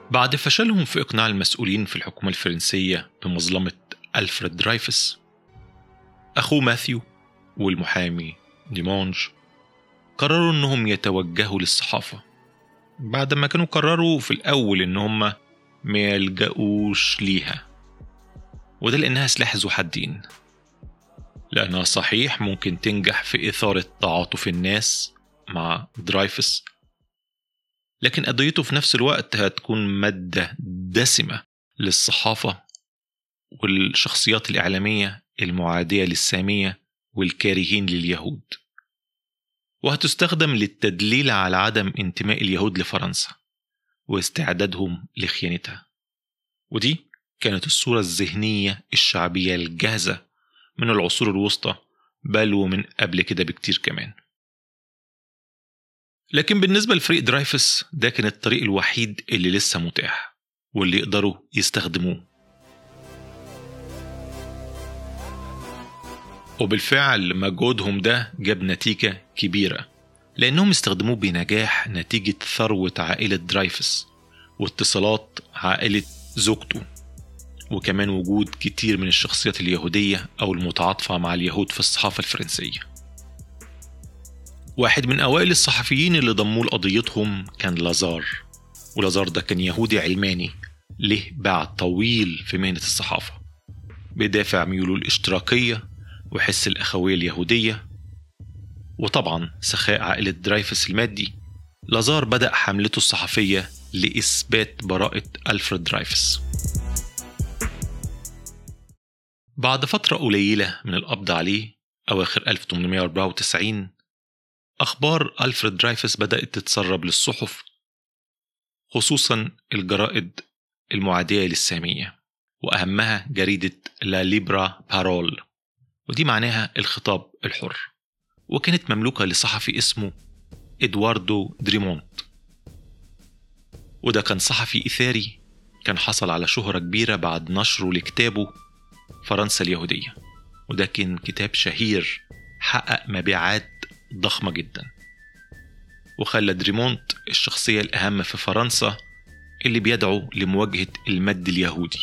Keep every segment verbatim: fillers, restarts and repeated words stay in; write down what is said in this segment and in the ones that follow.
بعد فشلهم في إقناع المسؤولين في الحكومة الفرنسية بمظلمة ألفريد درايفس، أخوه ماثيو والمحامي ديمونج قرروا أنهم يتوجهوا للصحافة، بعد ما كانوا قرروا في الأول أنهم ما يلجأوش ليها، وده لأنها سلاح ذو حدين، لأنها صحيح ممكن تنجح في إثارة تعاطف الناس مع درايفس، لكن قضيته في نفس الوقت هتكون مادة دسمة للصحافة والشخصيات الإعلامية المعادية للسامية والكارهين لليهود، وهتستخدم للتدليل على عدم انتماء اليهود لفرنسا واستعدادهم لخيانتها. ودي كانت الصورة الذهنية الشعبية الجاهزة من العصور الوسطى، بل ومن قبل كده بكتير كمان. لكن بالنسبة لفريق درايفس ده كان الطريق الوحيد اللي لسه متاح واللي يقدروا يستخدموه، وبالفعل مجهودهم ده جاب نتيجة كبيرة، لأنهم استخدموه بنجاح نتيجة ثروة عائلة درايفس واتصالات عائلة زوجته، وكمان وجود كتير من الشخصيات اليهودية أو المتعاطفة مع اليهود في الصحافة الفرنسية. واحد من أوائل الصحفيين اللي ضموا لقضيتهم كان لازار، ولازار ده كان يهودي علماني له باع طويل في مهنة الصحافة، بدافع ميوله الاشتراكية وحس الأخوية اليهودية، وطبعا سخاء عائلة درايفس المادي. لازار بدأ حملته الصحفية لإثبات براءة ألفريد درايفس. بعد فترة قليلة من القبض عليه أواخر ألف وثمانمائة وأربعة وتسعين، أخبار ألفريد درايفس بدأت تتسرب للصحف، خصوصا الجرائد المعادية للسامية، وأهمها جريدة لا ليبرا بارول، ودي معناها الخطاب الحر، وكانت مملوكة لصحفي اسمه إدواردو دريمونت. وده كان صحفي إثاري كان حصل على شهرة كبيرة بعد نشره لكتابه فرنسا اليهودية، وده كان كتاب شهير حقق مبيعات ضخمة جدا، وخلى دريمونت الشخصية الأهم في فرنسا اللي بيدعو لمواجهة المد اليهودي.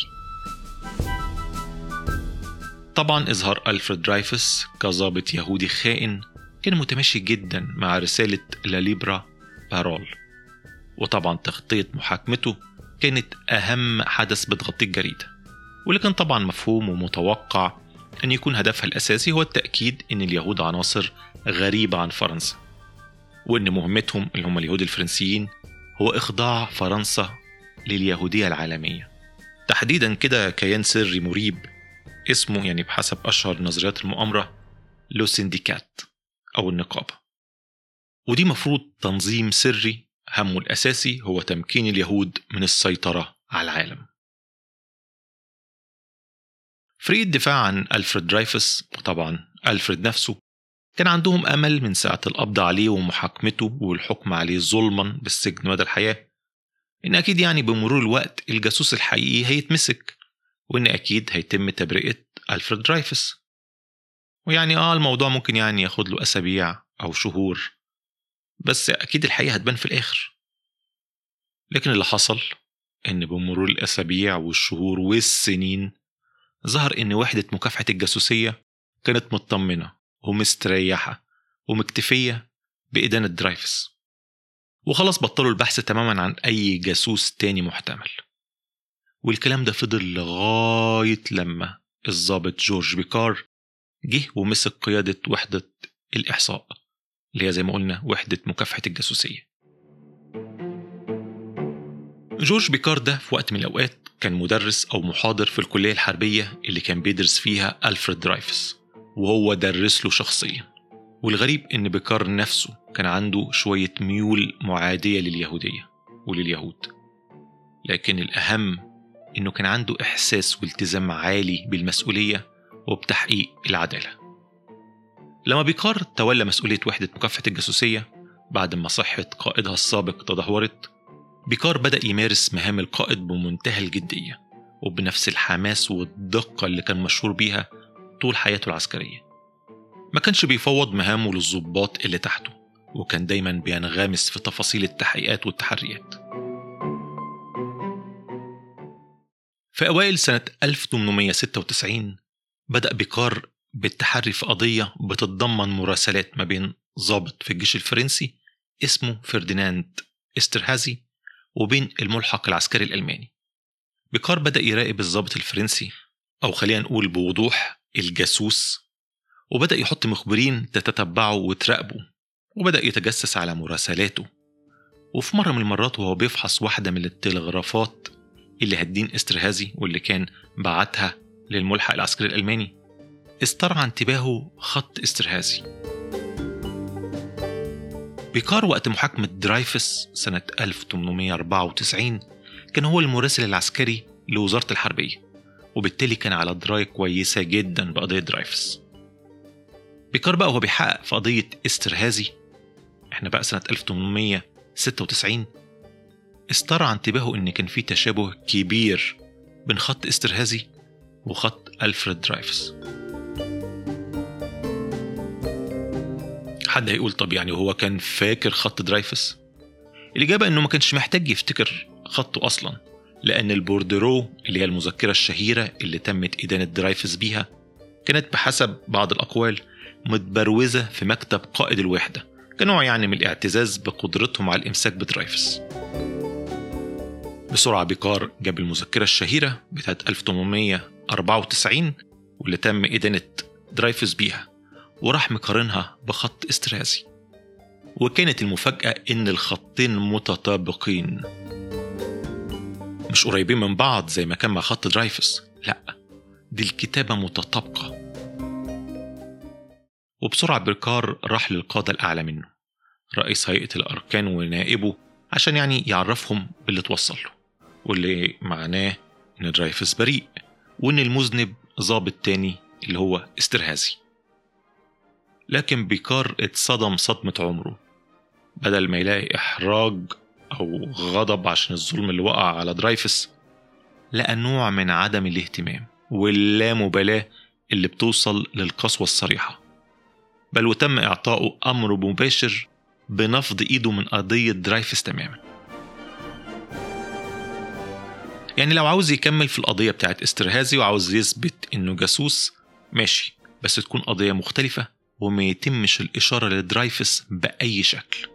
طبعا إظهار ألفريد درايفس كضابط يهودي خائن كان متماشي جدا مع رسالة لا ليبرا بارول، وطبعا تغطية محاكمته كانت أهم حدث بتغطيه الجريدة، واللي كان طبعا مفهوم ومتوقع أن يكون هدفها الأساسي هو التأكيد أن اليهود عناصر غريبة عن فرنسا، وأن مهمتهم اللي هم اليهود الفرنسيين هو إخضاع فرنسا لليهودية العالمية، تحديدا كده كيان سري مريب اسمه يعني بحسب أشهر نظريات المؤامرة لو سينديكات أو النقابة. ودي مفروض تنظيم سري همه الأساسي هو تمكين اليهود من السيطرة على العالم. فريق الدفاع عن ألفريد درايفس وطبعا ألفريد نفسه كان عندهم أمل من ساعة القبض عليه ومحاكمته والحكم عليه ظلما بالسجن مدى الحياة إن أكيد يعني بمرور الوقت الجاسوس الحقيقي هيتمسك، وإن أكيد هيتم تبرئة ألفريد درايفس، ويعني آه الموضوع ممكن يعني ياخد له أسابيع أو شهور، بس أكيد الحقيقة هتبان في الآخر. لكن اللي حصل إن بمرور الأسابيع والشهور والسنين ظهر إن وحدة مكافحة الجاسوسية كانت مطمنة ومستريحة ومكتفية بإدانة درايفس، وخلاص بطلوا البحث تماما عن أي جاسوس تاني محتمل. والكلام ده فضل لغاية لما الضابط جورج بيكار جه ومسك قيادة وحدة الإحصاء اللي هي زي ما قلنا وحدة مكافحة الجاسوسية. جورج بيكار ده في وقت من الأوقات كان مدرس أو محاضر في الكلية الحربية اللي كان بيدرس فيها ألفريد درايفس، وهو درس له شخصيا. والغريب إن بيكار نفسه كان عنده شوية ميول معادية لليهودية ولليهود، لكن الأهم إنه كان عنده إحساس والتزام عالي بالمسؤولية وبتحقيق العدالة. لما بيكار تولى مسؤولية وحدة مكافحة الجاسوسية بعد ما صحة قائدها السابق تدهورت، بيكار بدأ يمارس مهام القائد بمنتهى الجدية وبنفس الحماس والدقة اللي كان مشهور بيها طول حياته العسكرية. ما كانش بيفوض مهامه للضباط اللي تحته، وكان دايما بينغمس في تفاصيل التحقيقات والتحريات. في أوائل سنة ألف وثمانمائة وستة وتسعين بدأ بيكار بالتحري في قضية بتتضمن مراسلات ما بين ضابط في الجيش الفرنسي اسمه فرديناند إسترهازي وبين الملحق العسكري الألماني. بيكار بدأ يراقب الضابط الفرنسي، أو خلينا نقول بوضوح الجاسوس، وبدأ يحط مخبرين تتتبعه وتراقبه، وبدأ يتجسس على مراسلاته. وفي مرة من المرات وهو بيفحص واحدة من التلغرافات اللي هدين إسترهازي واللي كان بعتها للملحق العسكري الألماني، استرعى انتباهه خط إسترهازي. بيكار وقت محاكمة درايفس سنة ألف وثمانمائة وأربعة وتسعين كان هو المراسل العسكري لوزارة الحربية، وبالتالي كان على دراية كويسة جدا بقضية درايفس. بيكار بقى وهو بيحقق في قضية إسترهازي، احنا بقى سنة ألف وثمانمائة وستة وتسعين، استرعى انتباهه ان كان في تشابه كبير بين خط إسترهازي وخط ألفريد درايفس. حد هيقول طب يعني هو كان فاكر خط درايفس؟ الإجابة انه ما كانش محتاج يفتكر خطه أصلا، لأن البوردرو اللي هي المذكرة الشهيرة اللي تمت إدانة درايفس بيها كانت بحسب بعض الأقوال متبروزة في مكتب قائد الوحدة كنوع يعني من الاعتزاز بقدرتهم على الإمساك بدرايفس. بسرعة بيكار جاب المذكرة الشهيرة بتاعت ألف وثمانمائة وأربعة وتسعين واللي تم إدانة درايفس بيها، وراح مقارنها بخط إسترهازي. وكانت المفاجأة إن الخطين متطابقين، مش قريبين من بعض زي ما كان مع خط درايفس، لأ، دي الكتابة متطابقة. وبسرعة بيكار راح للقادة الأعلى منه، رئيس هيئة الأركان ونائبه، عشان يعني يعرفهم باللي توصل له، واللي معناه إن درايفس بريء وإن المذنب ضابط تاني اللي هو إسترهازي. لكن بيكار اتصدم صدمة عمره، بدل ما يلاقي إحراج أو غضب عشان الظلم اللي وقع على درايفس، لقى نوع من عدم الاهتمام واللامبالاة اللي بتوصل للقسوة الصريحة، بل وتم إعطائه أمر مباشر بنفض إيده من قضية درايفس تماما. يعني لو عاوز يكمل في القضية بتاعت إسترهازي وعاوز يثبت إنه جاسوس، ماشي، بس تكون قضية مختلفة وما يتمش الإشارة لدرايفس بأي شكل.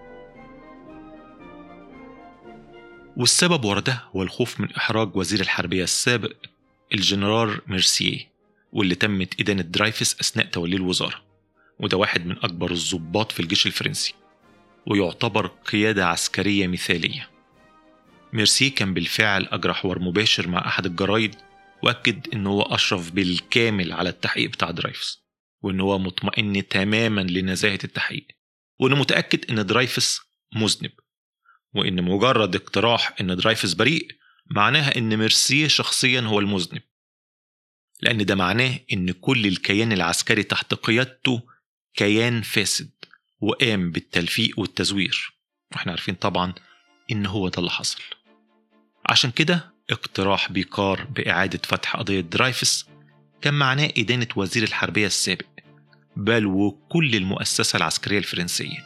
والسبب ورا ده هو الخوف من إحراج وزير الحربية السابق الجنرال ميرسييه، واللي تمت إدانة درايفس أثناء توليه الوزارة، وده واحد من أكبر الضباط في الجيش الفرنسي ويعتبر قيادة عسكرية مثالية. ميرسييه كان بالفعل أجرى حوار مباشر مع أحد الجرايد وأكد إنه هو أشرف بالكامل على التحقيق بتاع درايفس، وإنه هو مطمئن تماما لنزاهة التحقيق، وإنه متأكد إن درايفس مذنب، وإن مجرد اقتراح إن درايفس بريء معناها إن ميرسييه شخصيا هو المذنب، لأن ده معناه إن كل الكيان العسكري تحت قيادته كيان فاسد وقام بالتلفيق والتزوير، وإحنا عارفين طبعا إن هو ده اللي حصل. عشان كده اقتراح بيكار بإعادة فتح قضية درايفس كان معناه إدانة وزير الحربية السابق، بل وكل المؤسسة العسكرية الفرنسية.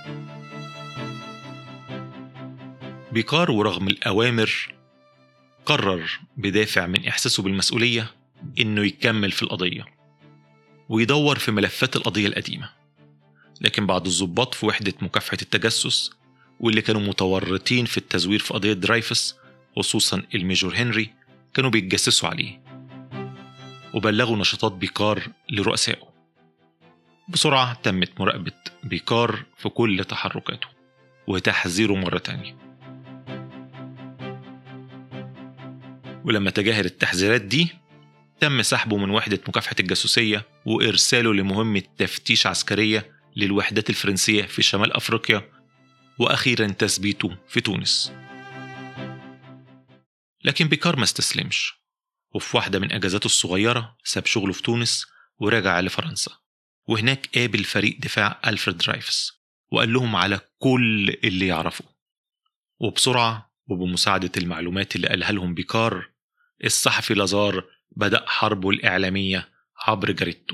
بيكار ورغم الأوامر قرر بدافع من إحساسه بالمسؤولية إنه يكمل في القضية ويدور في ملفات القضية القديمة. لكن بعض الضباط في وحدة مكافحة التجسس واللي كانوا متورطين في التزوير في قضية درايفس، خصوصا الميجور هنري، كانوا بيتجسسوا عليه وبلغوا نشاطات بيكار لرؤسائه. بسرعة تمت مراقبة بيكار في كل تحركاته وتحذيره مرة تانية. ولما تجاهل التحذيرات دي تم سحبه من وحدة مكافحة الجاسوسية وإرساله لمهمة تفتيش عسكرية للوحدات الفرنسية في شمال أفريقيا، وأخيرا تثبيته في تونس. لكن بيكار ما استسلمش، وفي واحدة من أجازاته الصغيرة ساب شغله في تونس ورجع لفرنسا، وهناك قابل فريق دفاع ألفريد درايفس وقال لهم على كل اللي يعرفه. وبسرعة وبمساعدة المعلومات اللي قالها لهم بيكار، الصحفي لازار بدأ حربه الإعلامية عبر جريدته.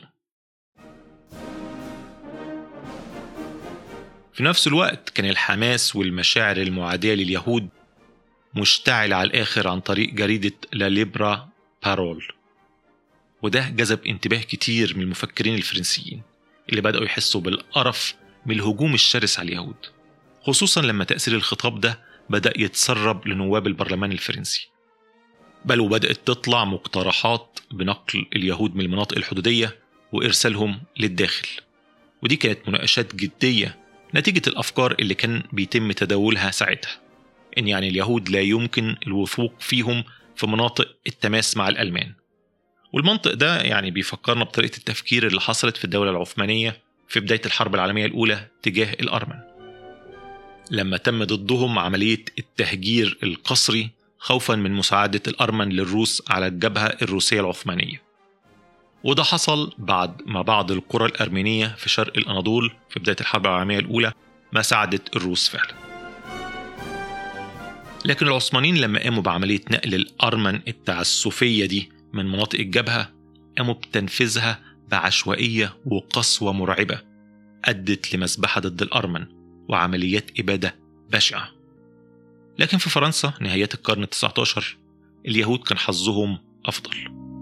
في نفس الوقت كان الحماس والمشاعر المعادية لليهود مشتعل على الآخر عن طريق جريدة لا ليبرا بارول، وده جذب انتباه كتير من المفكرين الفرنسيين اللي بدأوا يحسوا بالقرف من الهجوم الشرس على اليهود، خصوصا لما تأثير الخطاب ده بدأ يتسرب لنواب البرلمان الفرنسي. بل وبدأت تطلع مقترحات بنقل اليهود من المناطق الحدودية وإرسالهم للداخل، ودي كانت مناقشات جدية نتيجة الأفكار اللي كان بيتم تداولها ساعتها، إن يعني اليهود لا يمكن الوثوق فيهم في مناطق التماس مع الألمان. والمنطق ده يعني بيفكرنا بطريقة التفكير اللي حصلت في الدولة العثمانية في بداية الحرب العالمية الأولى تجاه الأرمن، لما تم ضدهم عملية التهجير القسري خوفا من مساعدة الأرمن للروس على الجبهة الروسية العثمانية. وده حصل بعد ما بعض القرى الأرمينية في شرق الأناضول في بداية الحرب العالمية الأولى ما ساعدت الروس فعلا. لكن العثمانيين لما قاموا بعملية نقل الأرمن التعسفية دي من مناطق الجبهة قاموا بتنفيذها بعشوائية وقسوة مرعبة أدت لمذبحة ضد الأرمن وعمليات إبادة بشعة. لكن في فرنسا نهاية القرن التاسع عشر اليهود كان حظهم أفضل.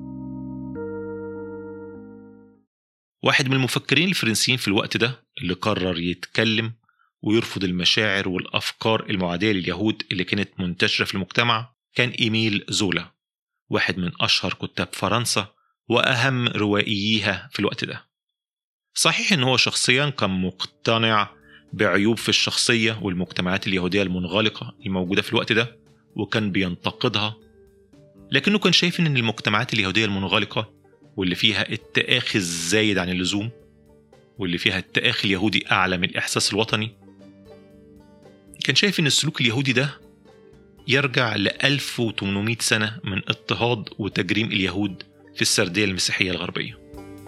واحد من المفكرين الفرنسيين في الوقت ده اللي قرر يتكلم ويرفض المشاعر والأفكار المعادية لليهود اللي كانت منتشرة في المجتمع كان إيميل زولا، واحد من أشهر كتاب فرنسا وأهم روائييها في الوقت ده. صحيح إن هو شخصيا كان مقتنع بعيوب في الشخصية والمجتمعات اليهودية المنغلقة الموجودة في الوقت ده وكان بينتقدها، لكنه كان شايف إن المجتمعات اليهودية المنغلقة واللي فيها التآخي الزايد عن اللزوم واللي فيها التآخي اليهودي أعلى من الإحساس الوطني، كان شايف إن السلوك اليهودي ده يرجع ل ألف وثمانمائة سنة من اضطهاد وتجريم اليهود في السردية المسيحية الغربية.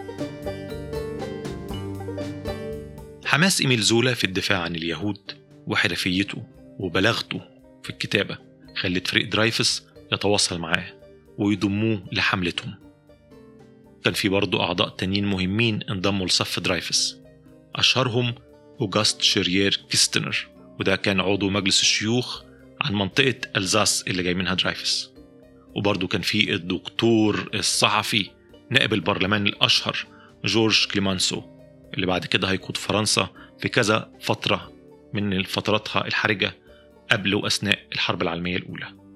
حماس إيميل زولا في الدفاع عن اليهود وحرفيته وبلاغته في الكتابة خلت فريق درايفس يتواصل معاه ويضموه لحملتهم. كان في برضو أعضاء تانيين مهمين انضموا لصف درايفس، أشهرهم أوغاست شيرير كيستنر، وده كان عضو مجلس الشيوخ عن منطقة ألزاس اللي جاي منها درايفس. وبرضو كان في الدكتور الصحفي نائب البرلمان الأشهر جورج كليمانسو اللي بعد كده هيقود فرنسا في كذا فترة من فتراتها الحرجة قبل وأثناء الحرب العالمية الأولى.